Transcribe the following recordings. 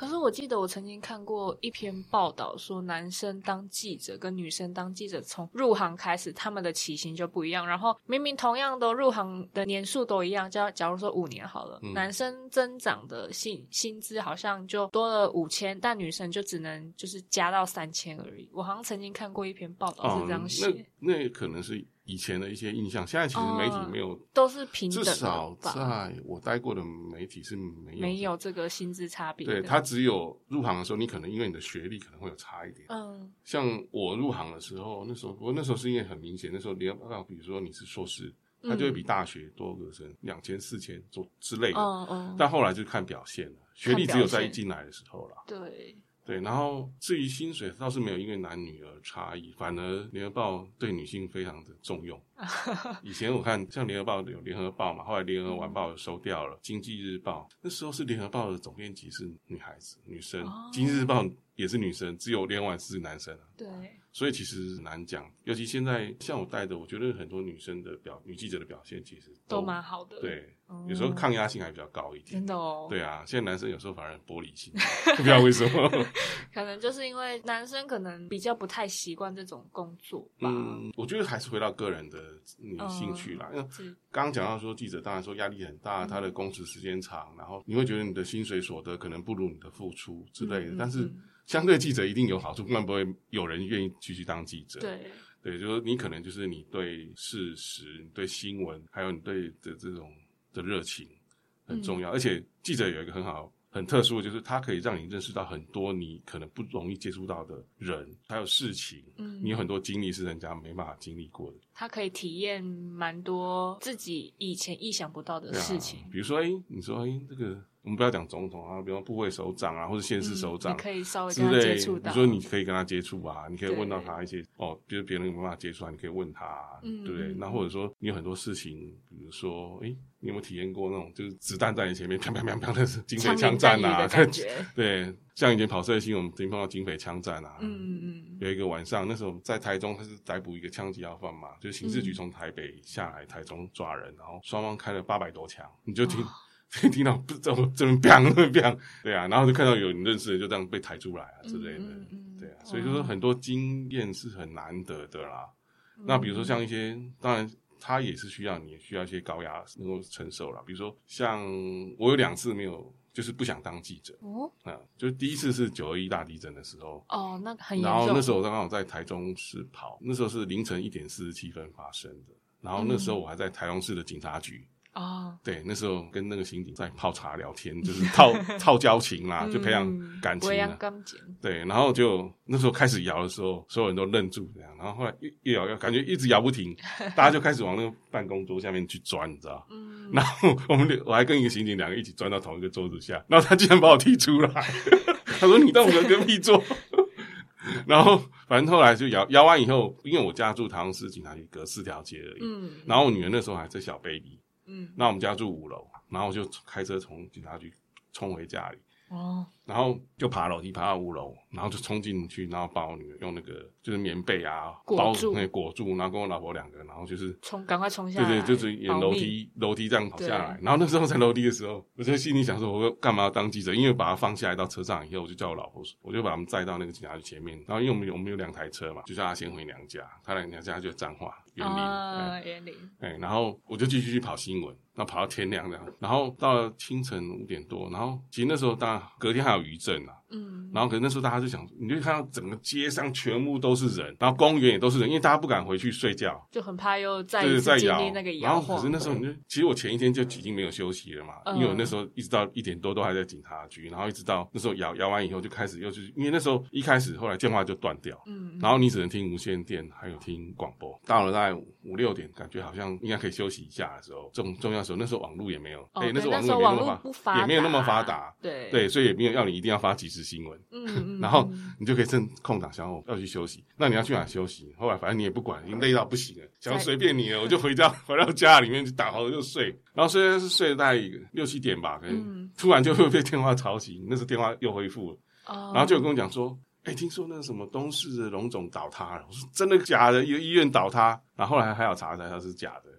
可是我记得我曾经看过一篇报道说，男生当记者跟女生当记者从入行开始他们的起薪就不一样，然后明明同样的入行的年数都一样，假如说5年好了，男生增长的薪资好像就多了5000，但女生就只能就是加到3000而已。我好像曾经看过一篇报道是这样写。 那可能是以前的一些印象，现在其实媒体没有， 都是平等的吧， 至少在我待过的媒体是没有这个薪资差别的。对，它只有入行的时候，你可能因为你的学历可能会有差一点。像我入行的时候，那时候是因为很明显，那时候比如说你是硕士，它就会比大学多个成2000、4000之类的。但后来就看表现了，学历只有在一进来的时候啦。对，然后至于薪水倒是没有因为男女而差异，反而联合报对女性非常的重用。以前我看像联合报有联合报嘛，后来联合晚报有收掉了，经济日报那时候是联合报的总编辑是女生，经济日报也是女生，只有联晚是男生。对，所以其实很难讲，尤其现在像我带的，我觉得很多女记者的表现其实都蛮好的。 对，有时候抗压性还比较高一点。 真的哦。对啊，现在男生有时候反而很玻璃心，不知道为什么。 可能就是因为男生可能比较不太习惯这种工作吧。 我觉得还是回到个人的兴趣啦。刚刚讲到说记者当然说压力很大，他的工时时间长，然后你会觉得你的薪水所得可能不如你的付出之类的，但是相对记者一定有好处，不然不会有人愿意继续当记者。对，就是你可能就是你对事实、你对新闻，还有你对的这种的热情很重要。而且记者有一个很特殊的，就是它可以让你认识到很多你可能不容易接触到的人，还有事情。你有很多经历是人家没办法经历过的。它可以体验蛮多自己以前意想不到的事情。 比如说，你说，这个我们不要讲总统啊，比如说部会首长啊，或者县市首长， 你可以稍微跟他接触到。 比如说，你可以跟他接触啊，你可以问到他一些比如别人有没有办法接触啊，你可以问他，对不对？那或者说，你有很多事情，比如说，你有没有体验过那种就是子弹在你前面砰砰砰砰的警匪枪战啊？对，像以前跑社新闻，我们曾经碰到警匪枪战啊。有一个晚上，那时候在台中，他是逮捕一个枪击要犯嘛，就是刑事局从台北下来台中抓人，然后双方开了800多枪，你就听到不这边砰，对啊，然后就看到有你认识的就这样被抬出来啊之类的。对啊，所以就说很多经验是很难得的啦。那比如说像一些，当然他也是需要一些高压能够承受啦。比如说像我有2次没有，就是不想当记者。就是第一次是921大地震的时候。 那很严重。 然后那时候我刚好在台中市跑，那时候是凌晨1点47分发生的。然后那时候我还在台中市的警察局。对，那时候跟那个刑警在泡茶聊天，就是套交情啦，就培养感情啦。对，然后就那时候开始摇的时候，所有人都愣住这样，然后后来越摇感觉一直摇不停，大家就开始往那个办公桌下面去钻，你知道？然后我还跟一个刑警2个一起钻到同一个桌子下，然后他竟然把我踢出来，他说你到我的隔壁坐。然后反正后来就摇完以后，因为我家住台中市警察局隔4条街而已，然后我女儿那时候还在小 baby。那我们家住5楼，然后我就开车从警察局冲回家里，然后就爬楼梯爬到5楼，然后就冲进去，然后把我女儿用那个就是棉被啊裹住，然后跟我老婆2个，然后就是赶快冲下来， 对，就是沿楼梯这样跑下来。然后那时候在楼梯的时候，我就心里想说，我干嘛要当记者？因为把她放下来到车上以后，我就叫我老婆说，我就把他们载到那个警察局前面，然后因为我们有2台车嘛，就叫她先回娘家，她来娘家就彰化园林，然后我就继续去跑新闻，然后跑到天亮这样，然后到了清晨5点多，然后其实那时候当然隔天还有余震啊，然后可是那时候大家就想，你就看到整个街上全部都是人，然后公园也都是人，因为大家不敢回去睡觉， 就很怕又再一次经历那个摇晃。 然后可是那时候其实我前一天就已经没有休息了嘛，因为我那时候一直到1点多都还在警察局，然后一直到那时候摇完以后就开始因为那时候一开始后来电话就断掉，然后你只能听无线电还有听广播，到了大概5、6点感觉好像应该可以休息一下的时候，这种重要的时候，那时候网络也没有，那时候网络也没有那么发达，对，所以也没有要你一定要发即时新闻，然后你就可以趁空档想要去休息，那你要去哪休息？后来反正你也不管，已经累到不行了，想要随便你了，我就回到家里面就打好了就睡，然后睡了大概6、7点吧，可能突然就会被电话吵醒，那时候电话又恢复了，然后就有跟我讲说，听说那个什么东市的荣总倒塌了，我说真的假的？一个医院倒塌，然后后来还有查才它是假的。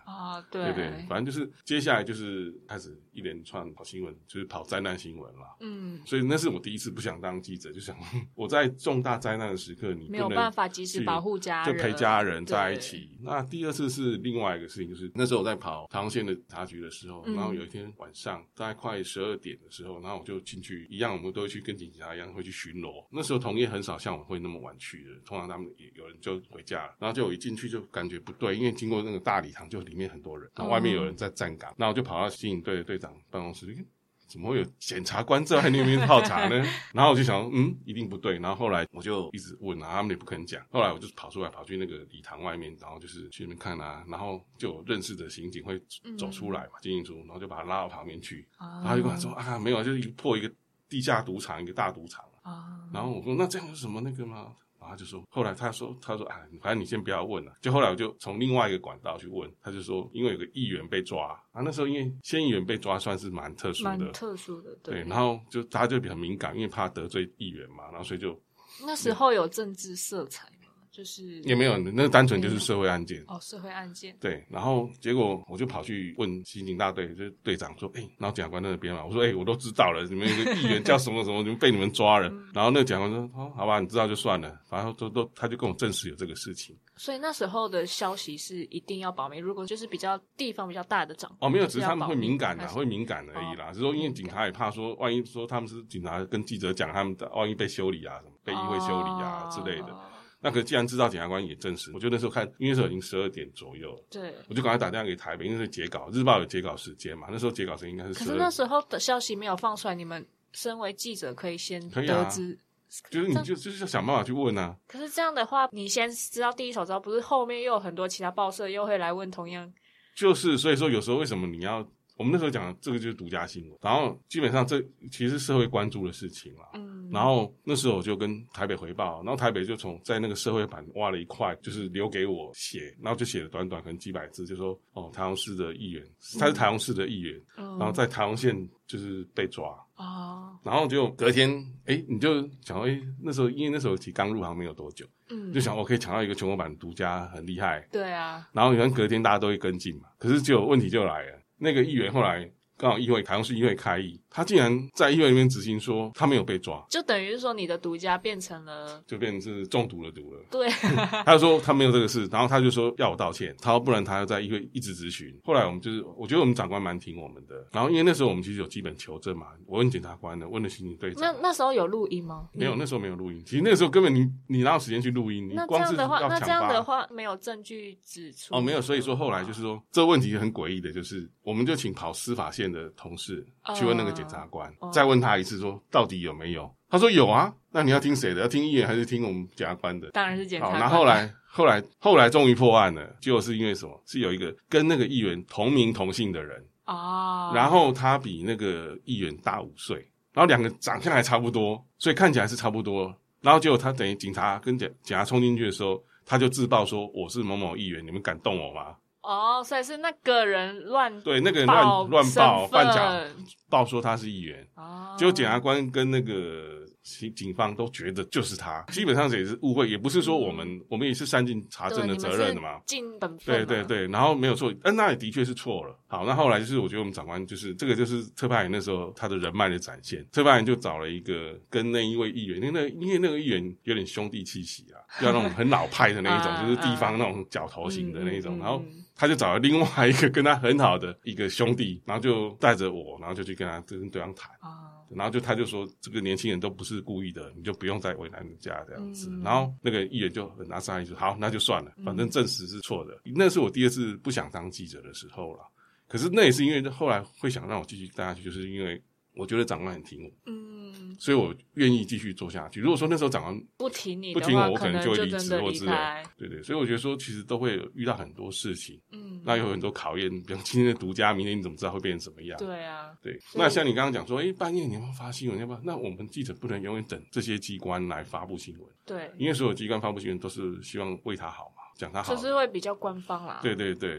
啊，对对对，反正就是接下来就是开始一连串跑新闻，就是跑灾难新闻啦。所以那是我第一次不想当记者，就想我在重大灾难的时刻，你没有办法及时保护家人， 就陪家人在一起。那第二次是另外一个事情，就是那时候我在跑台东县的警察局的时候，然后有一天晚上大概快12点的时候，然后我就进去，一样我们都会去跟警察一样会去巡逻。那时候同业很少像我会那么晚去的，通常他们也有人就回家了。然后就我一进去就感觉不对，因为经过那个大礼堂，就里面很多人，然后外面有人在站岗，然后我就跑到刑警队的队长办公室，怎么会有检察官在那边泡茶呢？然后我就想，一定不对。然后后来我就一直问啊，他们也不肯讲。后来我就跑去那个礼堂外面，然后就是去那边看啊，然后就有认识的刑警会走出来嘛，进出，然后就把他拉到旁边去，然后就跟他说啊，没有，就是破一个地下赌场，一个大赌场。然后我说那这样有什么那个吗？然后他就说，后来他说反正你先不要问了。就后来我就从另外一个管道去问，他就说，因为有个议员被抓啊，那时候因为县议员被抓算是蛮特殊的，对。然后就他就比较敏感，因为怕得罪议员嘛，然后所以就那时候有政治色彩吗？就是也没有，那单纯就是社会案件。 社会案件。 对，然后结果我就跑去问刑警大队，就是队长说，然后检察官在那边嘛，我说，我都知道了，你们有个议员叫什么什么，你们被你们抓了。然后那个检察官说，好吧，你知道就算了，反正他就跟我证实有这个事情。 所以那时候的消息是一定要保密，如果就是地方比较大的掌控， 没有，只是他们会敏感而已啦。只是说因为警察也怕说，万一说他们是警察跟记者讲他们的，万一被修理啊，什么被议会修理啊之类的。那可既然知道检察官也证实，我就那时候看，因为那时候已经12点左右了，对，我就赶快打电话给台北，因为是截稿，日报有截稿时间嘛，那时候截稿时间应该是12点。 可是那时候的消息没有放出来，你们身为记者可以先得知， 就是你就是要想办法去问啊。 可是这样的话，你先知道第一手知道，不是后面又有很多其他报社又会来问同样， 就是所以说有时候为什么你要。我们那时候讲的这个就是独家新闻，然后基本上这其实是社会关注的事情啦。然后那时候我就跟台北回报，然后台北就在那个社会版挖了一块，就是留给我写，然后就写了短可能几百字，就说台中市的议员，他是台中市的议员，然后在台中县就是被抓。然后就隔天，你就想到，那时候因为那时候其实刚入行没有多久，就想我可以抢到一个全国版独家，很厉害。 对啊。 然后可能隔天大家都会跟进嘛，可是就有问题就来了。那个议员后来刚好台中市议会开议，他竟然在议会里面执行说他没有被抓， 就等于是说你的独家变成了， 就变成是中毒了。 对， 他就说他没有这个事，然后他就说要我道歉，他说不然他要在议会一直质询。后来我觉得我们长官蛮挺我们的，然后因为那时候我们其实有基本求证嘛，我问检察官的，问了刑警队长。 那时候有录音吗？ 没有，那时候没有录音。其实那个时候根本你哪有时间去录音？你光是要抢那这样的话没有证据指出。 没有，所以说后来就是说这个问题很诡异的，就是我们就请跑司法线的同事去问那个检察官，再问他一次说到底有没有？他说有啊，那你要听谁的？要听议员还是听我们检察官的？ 当然是检察官。 好，然后后来终于破案了，就是因为什么？是有一个跟那个议员同名同姓的人然后他比那个议员大5岁，然后两个长相还差不多，所以看起来是差不多。然后结果他等于警察跟检察冲进去的时候，他就自曝说我是某某议员，你们敢动我吗？ 所以是那个人对那个人乱报半假报说他是议员结果检察官跟那个警方都觉得就是他，基本上也是误会，也不是说我们也是善尽查证的责任的嘛， 尽本分。 对，然后没有错，那也的确是错了。好，那后来就是我觉得我们长官就是这个就是特派员那时候他的人脉的展现，特派员就找了一个跟那一位议员，因为那个议员有点兄弟气息要那种很老派的那一种就是地方那种角头型的那一种然后他就找了另外一个跟他很好的一个兄弟，然后就带着我，然后就去跟对方谈然后他就说这个年轻人都不是故意的，你就不用再为难人家这样子然后那个议员就很拿上意说好那就算了，反正证实是错的那是我第二次不想当记者的时候啦，可是那也是因为后来会想让我继续待下去，就是因为我觉得长官很挺我所以我愿意继续做下去。如果说那时候长官不挺你我可能就会离职或之类对，所以我觉得说其实都会遇到很多事情那有很多考验，比方今天的独家明天你怎么知道会变成什么样对那像你刚刚讲说半夜你要不要发新闻要不要，那我们记者不能永远等这些机关来发布新闻对， 因为所有机关发布新闻都是希望为他好嘛，讲他好就是会比较官方啦对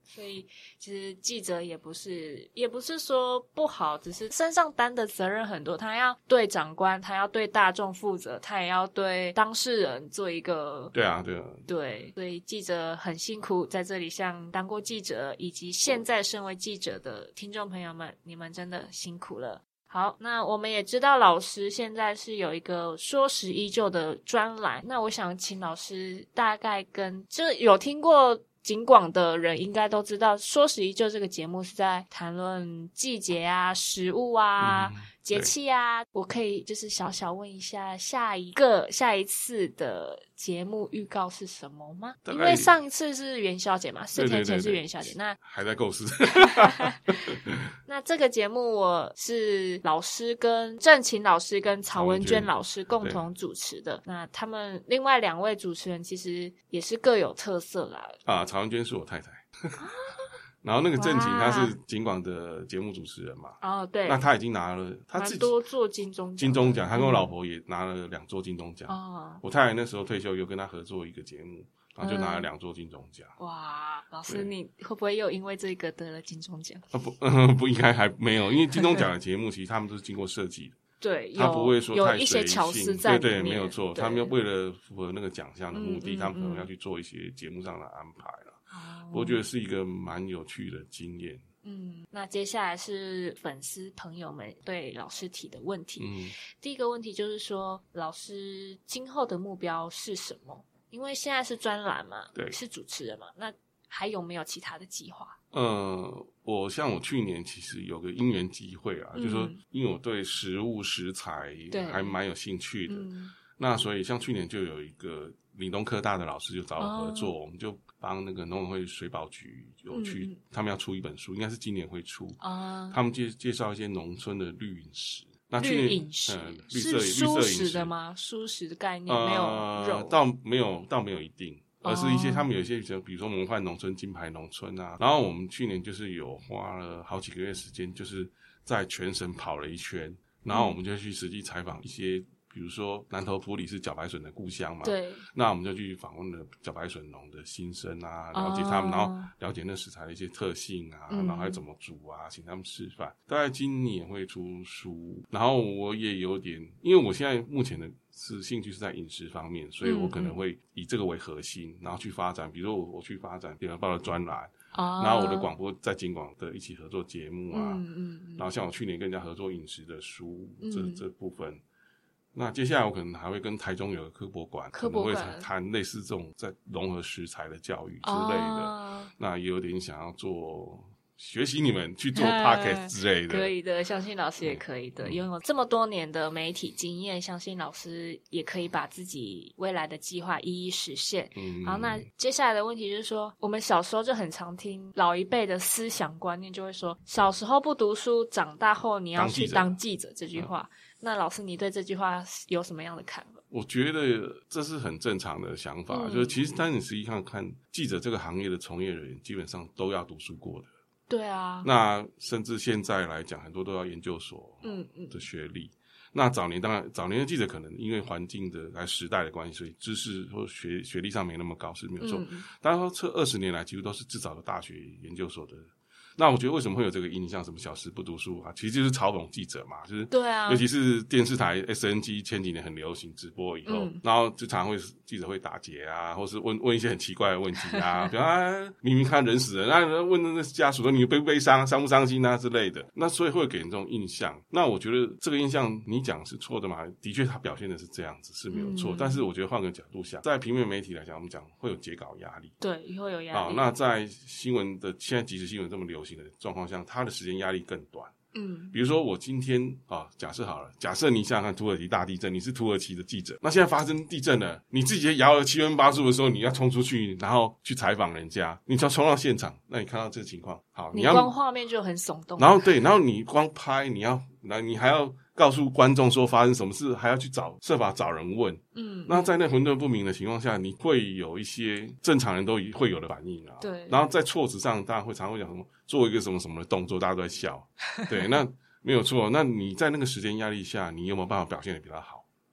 所以其实记者也不是说不好，只是身上担的责任很多，他要对长官，他要对大众负责，他也要对当事人做一个对， 所以记者很辛苦，在这里向当过记者以及现在身为记者的听众朋友们，你们真的辛苦了。好，那我们也知道老师现在是有一个说时依旧的专栏，那我想请老师大概就有听过警广的人应该都知道，说时依旧这个节目是在谈论季节啊、食物啊、节气啊。我可以就是小小问一下，下一次的节目预告是什么吗？因为上一次是元宵节嘛，4天前是元宵节，那还在构思。 那这个节目我是老师跟郑晴老师跟曹文娟老师共同主持的，那他们另外2位主持人其实也是各有特色啦。 曹文娟是我太太。然后那个郑晴他是警广的节目主持人嘛， 哦对， 那他已经拿了他自己多座金钟奖， 他跟我老婆也拿了2座金钟奖。我太太那时候退休又跟他合作一个节目，然后就拿了2座金钟奖。 哇，老师你会不会又因为这个得了金钟奖？ 不应该还没有，因为金钟奖的节目其实他们都是经过设计的。 对， 他不会说太有一些巧思在里面。 对，没有错，他们要为了符合那个奖项的目的，他们可能要去做一些节目上的安排啦。我觉得是一个蛮有趣的经验。 那接下来是粉丝朋友们对老师提的问题。第一个问题就是说，老师今后的目标是什么？因为现在是专栏嘛，对，是主持人嘛，那还有没有其他的计划？ 我去年其实有个因缘机会啊，就是说因为我对食物食材还蛮有兴趣的，那所以像去年就有一个岭东科大的老师就找我合作，我们就帮那个农委会水保局有去，他们要出一本书，应该是今年会出，他们介绍一些农村的绿饮食。那去年绿饮食是蔬食的吗？蔬食的概念没有肉， 倒没有一定。而是一些他们有一些比如说模范农村、金牌农村啊，然后我们去年就是有花了好几个月时间，就是在全省跑了一圈，然后我们就去实际采访一些，比如说南投埔里是茭白笋的故乡嘛，对，那我们就去访问了茭白笋农的心声啊，了解他们，然后了解那食材的一些特性啊，然后还怎么煮啊，请他们示范。大概今年会出书，然后我也有点，因为我现在目前的兴趣是在饮食方面，所以我可能会以这个为核心，然后去发展，比如说我去发展联合报的专栏，然后我的广播在警广的一起合作节目啊，然后像我去年跟人家合作饮食的书，这部分。那接下来我可能还会跟台中有个科博馆可能会谈类似这种在融合食材的教育之类的，那也有点想要做学习你们去做 podcast 之类的。 可以的，相信老师也可以的，拥有这么多年的媒体经验，相信老师也可以把自己未来的计划一一实现。好，那接下来的问题就是说，我们小时候就很常听老一辈的思想观念，就会说小时候不读书，长大后你要去当记者这句话。那老师你对这句话有什么样的看法？ 我觉得这是很正常的想法，就是其实当你实际上看记者这个行业的从业人员基本上都要读书过的。 对啊， 那甚至现在来讲很多都要研究所的学历。那早年的记者可能因为环境的时代的关系，所以知识或学历上没那么高是没有错。当然说这20年来几乎都是至少的大学研究所的。那我觉得为什么会有这个印象，什么小时不读书啊，其实就是嘲讽记者嘛，就是对啊，尤其是电视台 SNG 前几年很流行直播以后，然后就常常记者会打结啊，或是问一些很奇怪的问题啊，比如明明看人死人，问那家属说你悲不悲伤，伤不伤心啊之类的，那所以会给人这种印象。那我觉得这个印象你讲是错的嘛，的确他表现的是这样子是没有错，但是我觉得换个角度想，在平面媒体来讲，我们讲会有截稿压力， 对，会有压力。 那在新闻的现在即时新闻这么流行的状况下，他的时间压力更短。比如说我今天假设好了，假设你想想看土耳其大地震，你是土耳其的记者，那现在发生地震了，你自己摇了7分8速的时候，你要冲出去，然后去采访人家，你就要冲到现场，那你看到这个情况，好， 你光画面就很耸动， 然后你光拍，你还要告诉观众说发生什么事，还要去设法找人问。那在那混沌不明的情况下，你会有一些正常人都会有的反应啊。对。然后在措辞上，大家常会讲什么做一个什么什么的动作，大家都在笑。对，那没有错。那你在那个时间压力下，你有没有办法表现得比较好？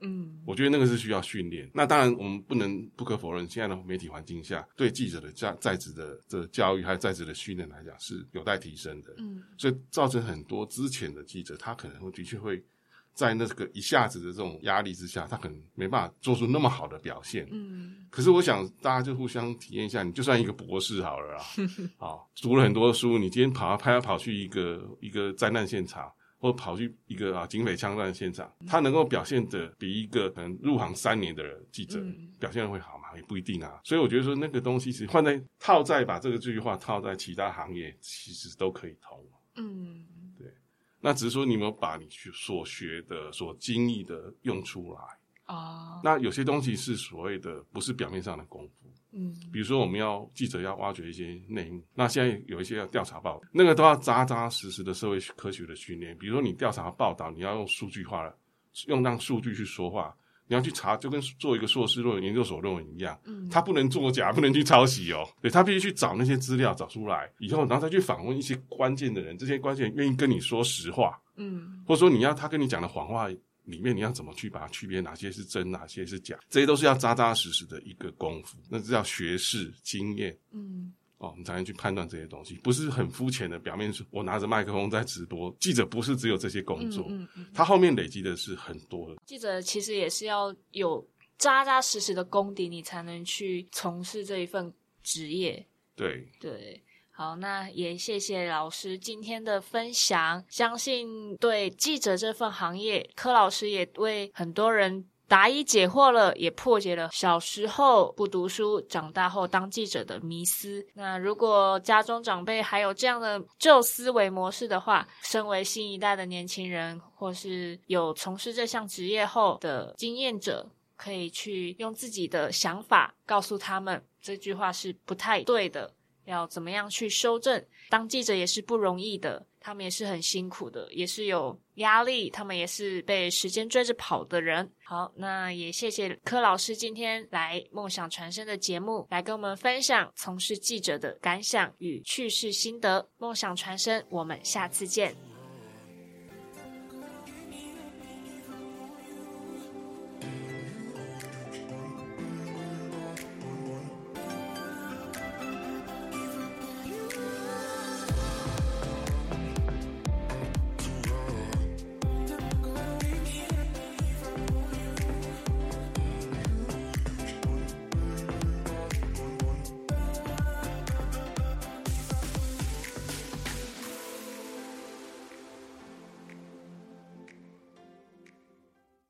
我觉得那个是需要训练。那当然我们不可否认，现在的媒体环境下对记者的在职的这教育还有在职的训练来讲是有待提升的。所以造成很多之前的记者他可能的确会在那个一下子的这种压力之下，他可能没办法做出那么好的表现。可是我想大家就互相体验一下，你就算一个博士好了啦，读了很多书，你今天跑去一个灾难现场，或跑去一个警匪枪战的现场，他能够表现的比一个可能入行3年的记者表现的会好吗？也不一定啊。所以我觉得说那个东西其实把这句话套在其他行业，其实都可以通。对。那只是说你有没有把你所学的、所经历的用出来。那有些东西是所谓的不是表面上的功夫。比如说我们记者要挖掘一些内幕，那现在有一些要调查报道，那个都要扎扎实实的社会科学的训练。比如说你调查报道，你要用数据化了，让数据去说话，你要去查，就跟做一个硕士论文、研究所论文一样，他不能作假，不能去抄袭哦。对，他必须去找那些资料找出来以后，然后再去访问一些关键的人，这些关键人愿意跟你说实话，或者说他跟你讲的谎话里面，你要怎么去把它区别哪些是真哪些是假，这些都是要扎扎实实的一个功夫，那是叫学识经验。你才能去判断这些东西，不是很肤浅的表面说我拿着麦克风在直播。记者不是只有这些工作，他后面累积的是很多的。 记者其实也是要有扎扎实实的功底，你才能去从事这一份职业。 对。 好，那也谢谢老师今天的分享，相信对记者这份行业，柯老师也为很多人答疑解惑了，也破解了小时候不读书，长大后当记者的迷思。那如果家中长辈还有这样的旧思维模式的话，身为新一代的年轻人，或是有从事这项职业后的经验者，可以去用自己的想法告诉他们，这句话是不太对的，要怎么样去修正。当记者也是不容易的，他们也是很辛苦的，也是有压力，他们也是被时间追着跑的人。好，那也谢谢柯老师今天来梦想传声的节目，来跟我们分享从事记者的感想与趣事心得。梦想传声，我们下次见。